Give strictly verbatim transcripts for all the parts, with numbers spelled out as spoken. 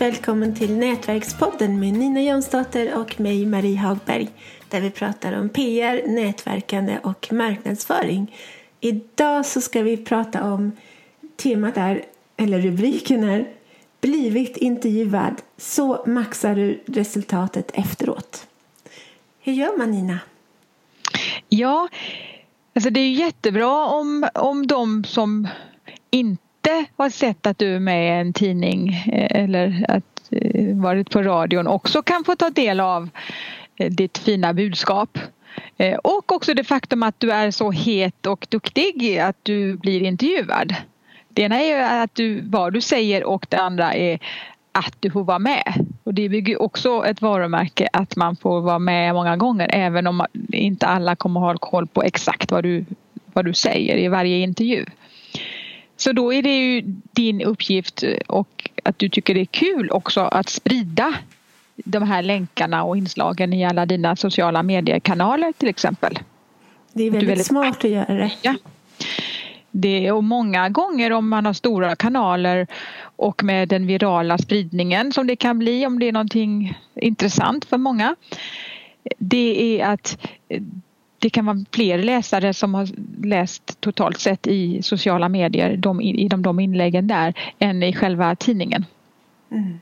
välkommen till Nätverkspodden med Nina Jonsdotter och mig, Marie Hagberg, där vi pratar om P R, nätverkande och marknadsföring. Idag så ska vi prata om temat är, eller rubriken är, blivit intervjuad, så maxar du resultatet efteråt. Hur gör man, Nina? Ja, alltså det är jättebra om, om de som inte har sett att du är med i en tidning eller att eh, varit på radion också kan få ta del av eh, ditt fina budskap. Eh, och också det faktum att du är så het och duktig att du blir intervjuad. Det ena är ju att du, vad du säger, och det andra är att du får vara med. Och det bygger också ett varumärke att man får vara med många gånger, även om inte alla kommer ha koll på exakt vad du, vad du säger i varje intervju. Så då är det ju din uppgift, och att du tycker det är kul också att sprida de här länkarna och inslagen i alla dina sociala mediekanaler till exempel. Det är väldigt, väldigt smart att göra det. Ja. Det är, och många gånger om man har stora kanaler och med den virala spridningen som det kan bli om det är någonting intressant för många, det är att det kan vara fler läsare som har läst totalt sett i sociala medier, de, i de, de inläggen där, än i själva tidningen. Mm.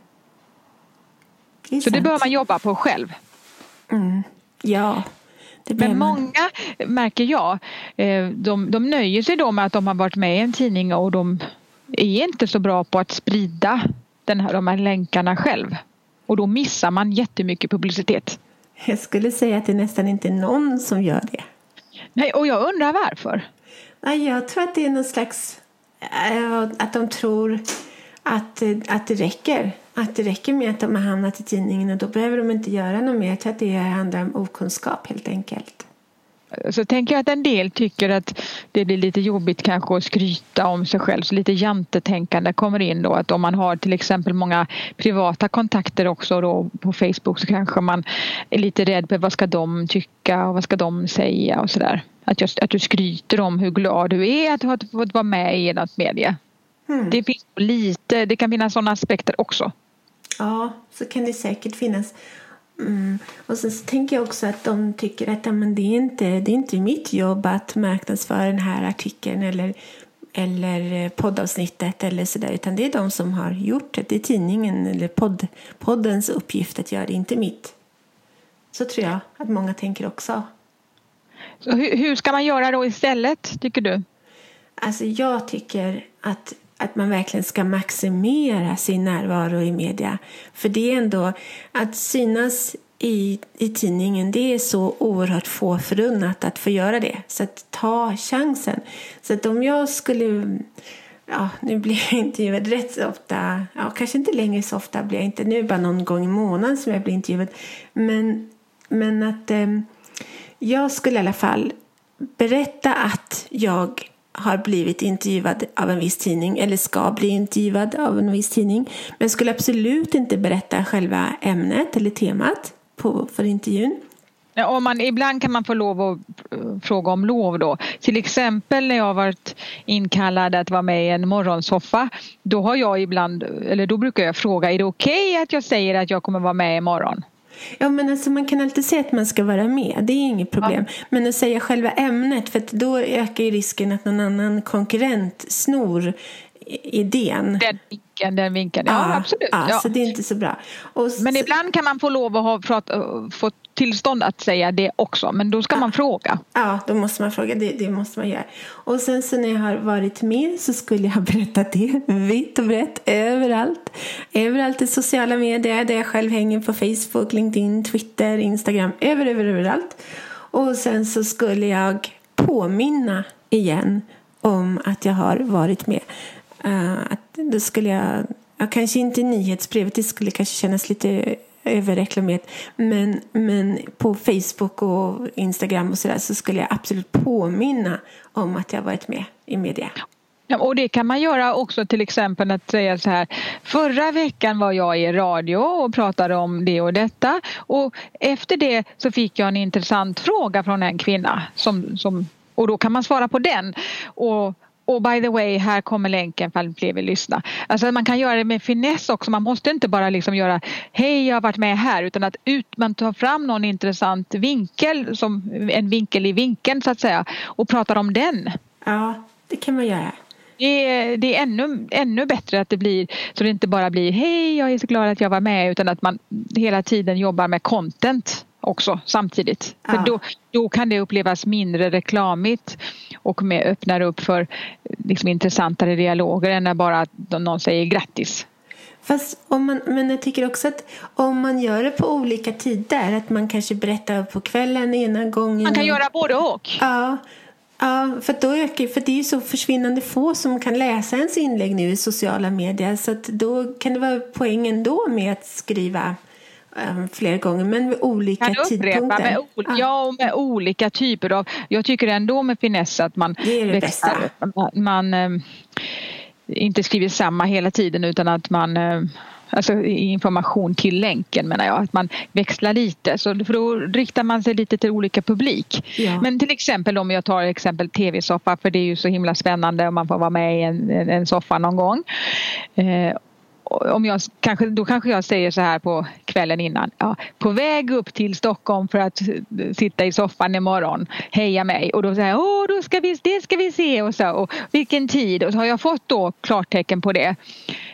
Det så sant. Det bör man jobba på själv. Mm. Ja. Men många, märker jag, de, de nöjer sig då med att de har varit med i en tidning, och de är inte så bra på att sprida den här, de här länkarna själv. Och då missar man jättemycket publicitet. Jag skulle säga att det nästan inte är någon som gör det. Nej, och jag undrar varför. Nej, jag tror att det är någon slags, äh, att de tror att, att det räcker. Att det räcker med att de har hamnat i tidningen, och då behöver de inte göra något mer. Jag tror att det handlar om okunskap helt enkelt. Så tänker jag att en del tycker att det blir lite jobbigt kanske att skryta om sig själv. Så lite jantetänkande kommer in då. Att om man har till exempel många privata kontakter också då på Facebook, så kanske man är lite rädd på vad ska de tycka och vad ska de säga och sådär. Att, just, att du skryter om hur glad du är att du har fått vara med i något media. Mm. Det finns lite, det kan finnas sådana aspekter också. Ja, så kan det säkert finnas. Mm. Och så, så tänker jag också att de tycker att ja, men det, är inte, det är inte mitt jobb att marknadsföra den här artikeln eller, eller poddavsnittet eller sådär, utan det är de som har gjort det. Det är tidningen eller podd, poddens uppgift att göra det, inte mitt. Så tror jag att många tänker också. Så hur, hur ska man göra då istället, tycker du? Alltså jag tycker att Att man verkligen ska maximera sin närvaro i media. För det är ändå att synas i, i tidningen, det är så oerhört få förunnat att få göra det. Så att ta chansen. Så att om jag skulle, ja nu blir jag intervjuad rätt så ofta, ja kanske inte längre så ofta blir jag inte, nu är det bara någon gång i månaden som jag blir intervjuad. Men, men att eh, jag skulle i alla fall berätta att jag har blivit intervjuad av en viss tidning eller ska bli intervjuad av en viss tidning. Men jag skulle absolut inte berätta själva ämnet eller temat på, för intervjun. Ja, om man, ibland kan man få lov att fråga om lov då. Till exempel när jag har varit inkallad att vara med i en morgonsoffa. Då har jag ibland, eller då brukar jag fråga, är det okej okay att jag säger att jag kommer vara med imorgon? Ja, men alltså man kan alltid säga att man ska vara med. Det är inget problem. Ja. Men att säga själva ämnet, för att då ökar ju risken att någon annan konkurrent snor idén. Den vinkeln, den vinkeln. Ja, ja absolut. Ja, ja. Så det är inte så bra. Och men ibland kan man få lov att ha prat, få tillstånd att säga det också. Men då ska ja. man fråga. Ja, då måste man fråga. Det, det måste man göra. Och sen så när jag har varit med så skulle jag berätta det vitt och brett överallt. Överallt i sociala medier där jag själv hänger på Facebook, LinkedIn, Twitter, Instagram. Över, över, överallt. Och sen så skulle jag påminna igen om att jag har varit med. Uh, att då skulle jag, jag kanske inte i nyhetsbrevet, det skulle kanske kännas lite överreklamerat, men, men på Facebook och Instagram och sådär så skulle jag absolut påminna om att jag varit med i media. Ja, och det kan man göra också, till exempel att säga så här: förra veckan var jag i radio och pratade om det och detta, och efter det så fick jag en intressant fråga från en kvinna som, som, och då kan man svara på den och och by the way, här kommer länken för att fler vill lyssna. Alltså man kan göra det med finess också. Man måste inte bara liksom göra hej, jag har varit med här, utan att ut, man tar fram någon intressant vinkel, som en vinkel i vinkeln så att säga, och pratar om den. Ja, det kan man göra. Det är, det är ännu, ännu bättre att det blir, så det inte bara blir hej, jag är så glad att jag var med, utan att man hela tiden jobbar med content också samtidigt. Ja. För då, då kan det upplevas mindre reklamigt och mer öppnar upp för liksom intressantare dialoger än när bara någon säger grattis. Fast om man, men jag tycker också att om man gör det på olika tider, att man kanske berättar på kvällen ena gången. Man kan och, göra både och. Ja, ja, för då ökar, för det är ju så försvinnande få som kan läsa ens inlägg nu i sociala medier, så att då kan det vara poängen då med att skriva um, flera gånger, men med olika kan tidpunkter. Med ol- ja. ja, med olika typer av, jag tycker ändå med finess att man det är det växlar, bästa. Man, man um, inte skriver samma hela tiden, utan att man um, alltså information till länken menar jag, att man växlar lite, så för då riktar man sig lite till olika publik. Ja. Men till exempel om jag tar exempel tv-soffa, för det är ju så himla spännande om man får vara med i en, en soffa någon gång. Eh, om jag kanske, då kanske jag säger så här på kvällen innan, ja, på väg upp till Stockholm för att sitta i soffan imorgon, heja mig, och då säger jag, åh, då ska vi, det ska vi se, och så, och vilken tid, och så har jag fått då klartecken på det.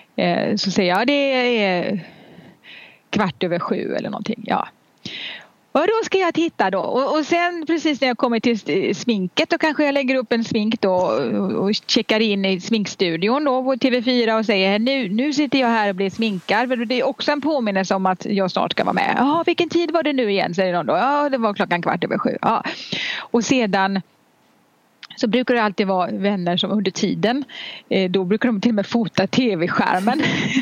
Så säger jag, det är kvart över sju eller någonting. Ja. Och då ska jag titta då. Och, och sen precis när jag kommer till sminket, då kanske jag lägger upp en smink då och, och checkar in i sminkstudion då på T V fyra och säger, nu, nu sitter jag här och blir sminkad. För det är också en påminnelse om att jag snart ska vara med. Ja, vilken tid var det nu igen, säger någon då. Ja, det var klockan kvart över sju. Ja. Och sedan så brukar det alltid vara vänner som under tiden, eh, då brukar de till och med fota tv-skärmen.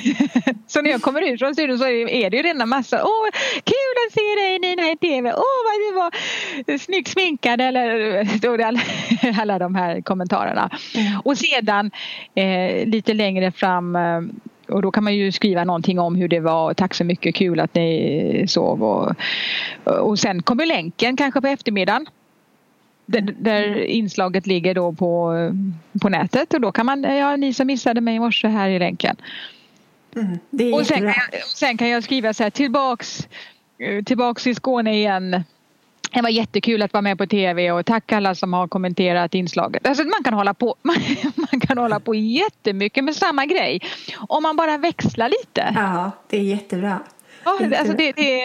Så när jag kommer ut från studion så är det ju redan massa, åh, kul att se dig Nina i tv, åh vad du var snyggt sminkad, eller då alla, alla de här kommentarerna. Mm. Och sedan eh, lite längre fram, eh, och då kan man ju skriva någonting om hur det var, tack så mycket, kul att ni sov, och, och sen kommer länken kanske på eftermiddagen. Där, där inslaget ligger då på, på nätet, och då kan man, ja, ni som missade mig i morse här i länken. Mm, det är och sen kan, jag, sen kan jag skriva så här, tillbaks, tillbaks i Skåne igen. Det var jättekul att vara med på tv, och tack alla som har kommenterat inslaget. Alltså man kan hålla på, man, man kan hålla på jättemycket med samma grej. Om man bara växlar lite. Ja, det är jättebra. Ja, alltså det, det,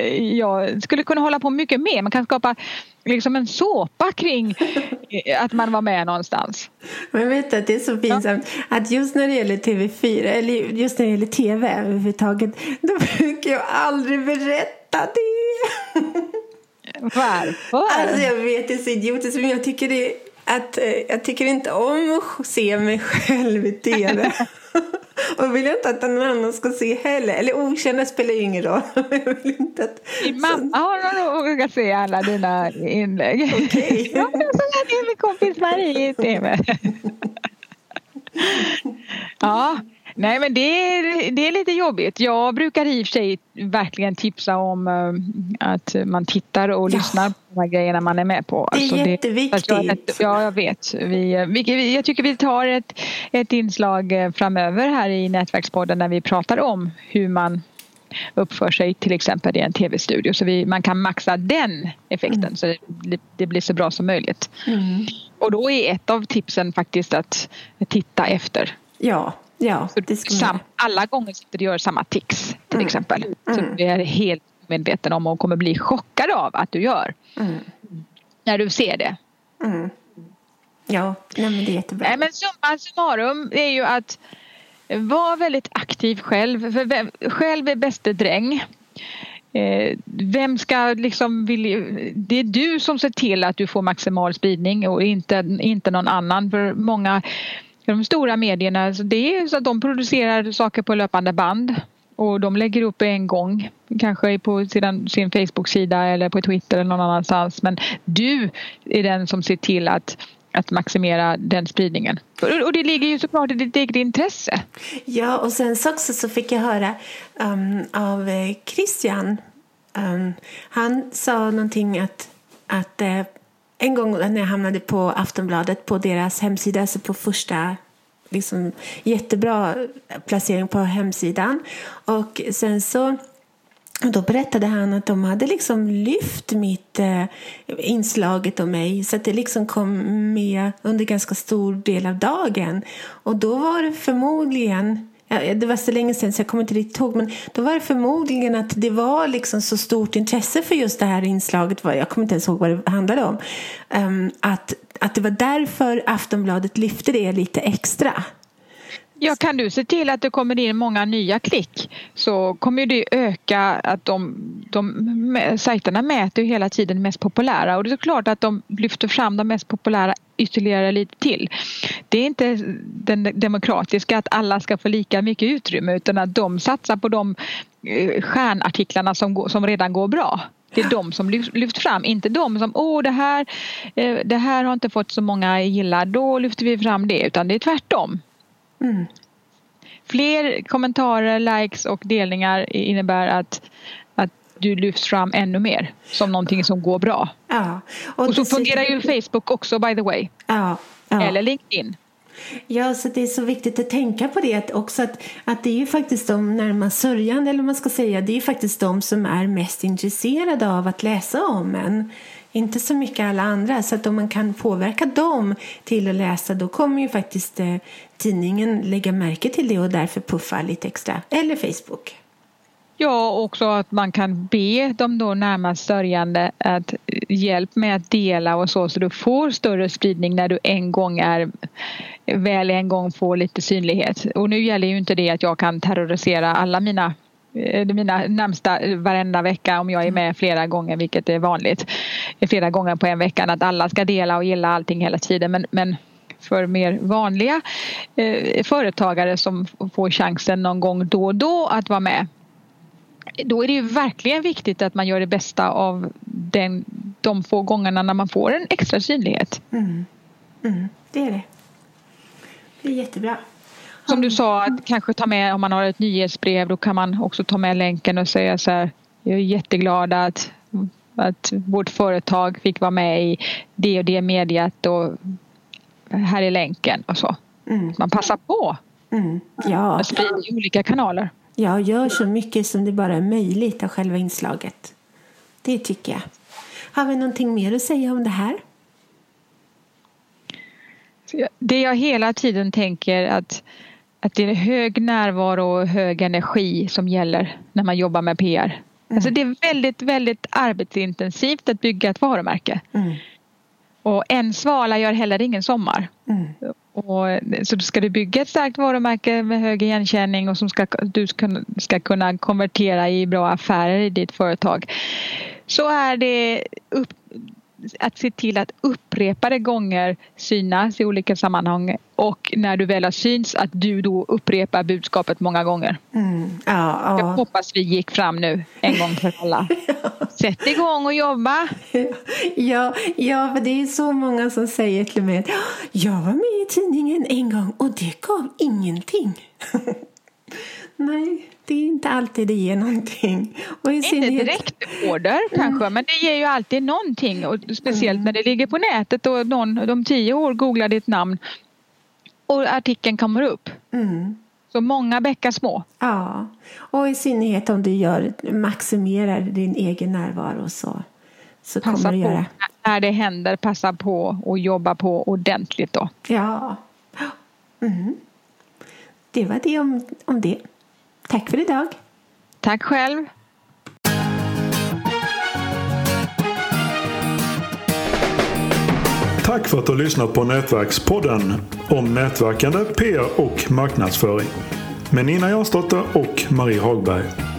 jag skulle kunna hålla på mycket mer. Man kan skapa liksom en såpa kring att man var med någonstans. Men vet du att det är så pinsamt, ja, att just när det gäller T V fyra, eller just när det gäller tv överhuvudtaget, då brukar jag aldrig berätta det. Varför? Alltså jag vet, det är så idiotiskt, men jag tycker det att jag tycker inte om att se mig själv i tv. Och vill jag inte att någon annan ska se heller. Eller okända spelar ju ingen roll. Jag vill inte att... Din mamma har nog att se alla dina inlägg. Okej. Okay. Ja, men så är det med kompis Marie i tv. Ja, nej men det är, det är lite jobbigt. Jag brukar i och för sig verkligen tipsa om uh, att man tittar och ja. lyssnar på de här grejerna man är med på. Alltså, det är jätteviktigt. Det, jag, ja, jag vet. Vi, vi, jag tycker vi tar ett, ett inslag framöver här i Nätverkspodden när vi pratar om hur man uppför sig till exempel i en tv-studio. Så vi, man kan maxa den effekten mm. så det, det blir så bra som möjligt. Mm. Och då är ett av tipsen faktiskt att titta efter. Ja. Ja, det ska Sam, alla gånger sitter du gör samma tics till mm. exempel. Så mm. du är helt medveten om och kommer bli chockad av att du gör. Mm. När du ser det. Mm. Ja, nej, men det är jättebra. Nej, men summa summarum är ju att vara väldigt aktiv själv. För vem, själv är bäste dräng. Eh, vem ska liksom vilja, det är du som ser till att du får maximal spridning och inte, inte någon annan. För många de stora medierna, så det är så att de producerar saker på löpande band och de lägger upp en gång, kanske på sin, sin Facebook-sida eller på Twitter eller någon annanstans, men du är den som ser till att, att maximera den spridningen. Och, och det ligger ju såklart i ditt eget intresse. Ja, och sen så också så fick jag höra um, av Christian, um, han sa någonting att, att uh, en gång när jag hamnade på Aftonbladet på deras hemsida, så på första liksom jättebra placering på hemsidan, och sen så då berättade han att de hade liksom lyft mitt eh, inslaget om mig, så att det liksom kom med under ganska stor del av dagen. Och då var det förmodligen, ja, det var så länge sedan så jag kommer inte riktigt ihåg, men då var det förmodligen att det var liksom så stort intresse för just det här inslaget, jag kommer inte ens ihåg vad det handlade om, um, att, att det var därför Aftonbladet lyfte det lite extra. Ja, kan du se till att det kommer in många nya klick, så kommer det öka att de, de sajterna mäter ju hela tiden mest populära, och det är klart att de lyfter fram de mest populära ytterligare lite till. Det är inte den demokratiska att alla ska få lika mycket utrymme, utan att de satsar på de stjärnartiklarna som, som redan går bra. Det är de som lyft fram, inte de som åh det här, det här har inte fått så många gillar, då lyfter vi fram det, utan det är tvärtom. Mm. Fler kommentarer, likes och delningar innebär att, att du lyfts fram ännu mer som någonting som går bra. Ja. Och, och så fungerar ju Facebook också, by the way. Ja. Ja. Eller LinkedIn. Ja, så det är så viktigt att tänka på det att också att, att det är ju faktiskt de närmast sörjande, eller man ska säga, det är ju faktiskt de som är mest intresserade av att läsa om en. Inte så mycket alla andra, så att om man kan påverka dem till att läsa, då kommer ju faktiskt eh, tidningen lägga märke till det och därför puffa lite extra. Eller Facebook. Ja, också att man kan be de då närmast sörjande att hjälp med att dela och så, så du får större spridning när du en gång är väl en gång får lite synlighet. Och nu gäller ju inte det att jag kan terrorisera alla mina mina närmsta varenda vecka om jag är med flera gånger, vilket är vanligt flera gånger på en vecka, att alla ska dela och gilla allting hela tiden, men, men för mer vanliga eh, företagare som får chansen någon gång då och då att vara med, då är det ju verkligen viktigt att man gör det bästa av den, de få gångerna när man får en extra synlighet. Mm. Mm, det är det. Det är jättebra. Som du sa, att kanske ta med, om man har ett nyhetsbrev, då kan man också ta med länken och säga så här: jag är jätteglad att, att vårt företag fick vara med i det och det mediet, och här är länken och så. Mm. Man passar på. Mm. Ja. Att sprida i olika kanaler. Ja, gör så mycket som det bara är möjligt av själva inslaget. Det tycker jag. Har vi någonting mer att säga om det här? Det jag hela tiden tänker att Att det är hög närvaro och hög energi som gäller när man jobbar med P R. Mm. Alltså det är väldigt, väldigt arbetsintensivt att bygga ett varumärke. Mm. Och en svala gör heller ingen sommar. Mm. Och, så ska du bygga ett starkt varumärke med hög igenkänning och som ska, du ska, ska kunna konvertera i bra affärer i ditt företag. Så är det upp, att se till att upprepade gånger synas i olika sammanhang, och när du väl har syns att du då upprepar budskapet många gånger. Mm. Ja, ja. Jag hoppas vi gick fram nu en gång för alla. Sätt igång och jobba. Ja, ja, för det är så många som säger till mig att jag var med i tidningen en gång och det gav ingenting. Nej, det är inte alltid det ger någonting. Och inte synlighet... direkt order kanske, mm. men det ger ju alltid någonting. Och speciellt mm. när det ligger på nätet och någon de tio år googlar ditt namn och artikeln kommer upp. Mm. Så många bäckar små. Ja, och i synnerhet om du gör, maximerar din egen närvaro så, så kommer du göra. När det händer, passa på och jobba på ordentligt då. Ja, mm. Det var det om, om det. Tack för idag. Tack själv. Tack för att du har lyssnat på Nätverkspodden om nätverkande, P R och marknadsföring med Nina Jansdotter och Marie Hagberg.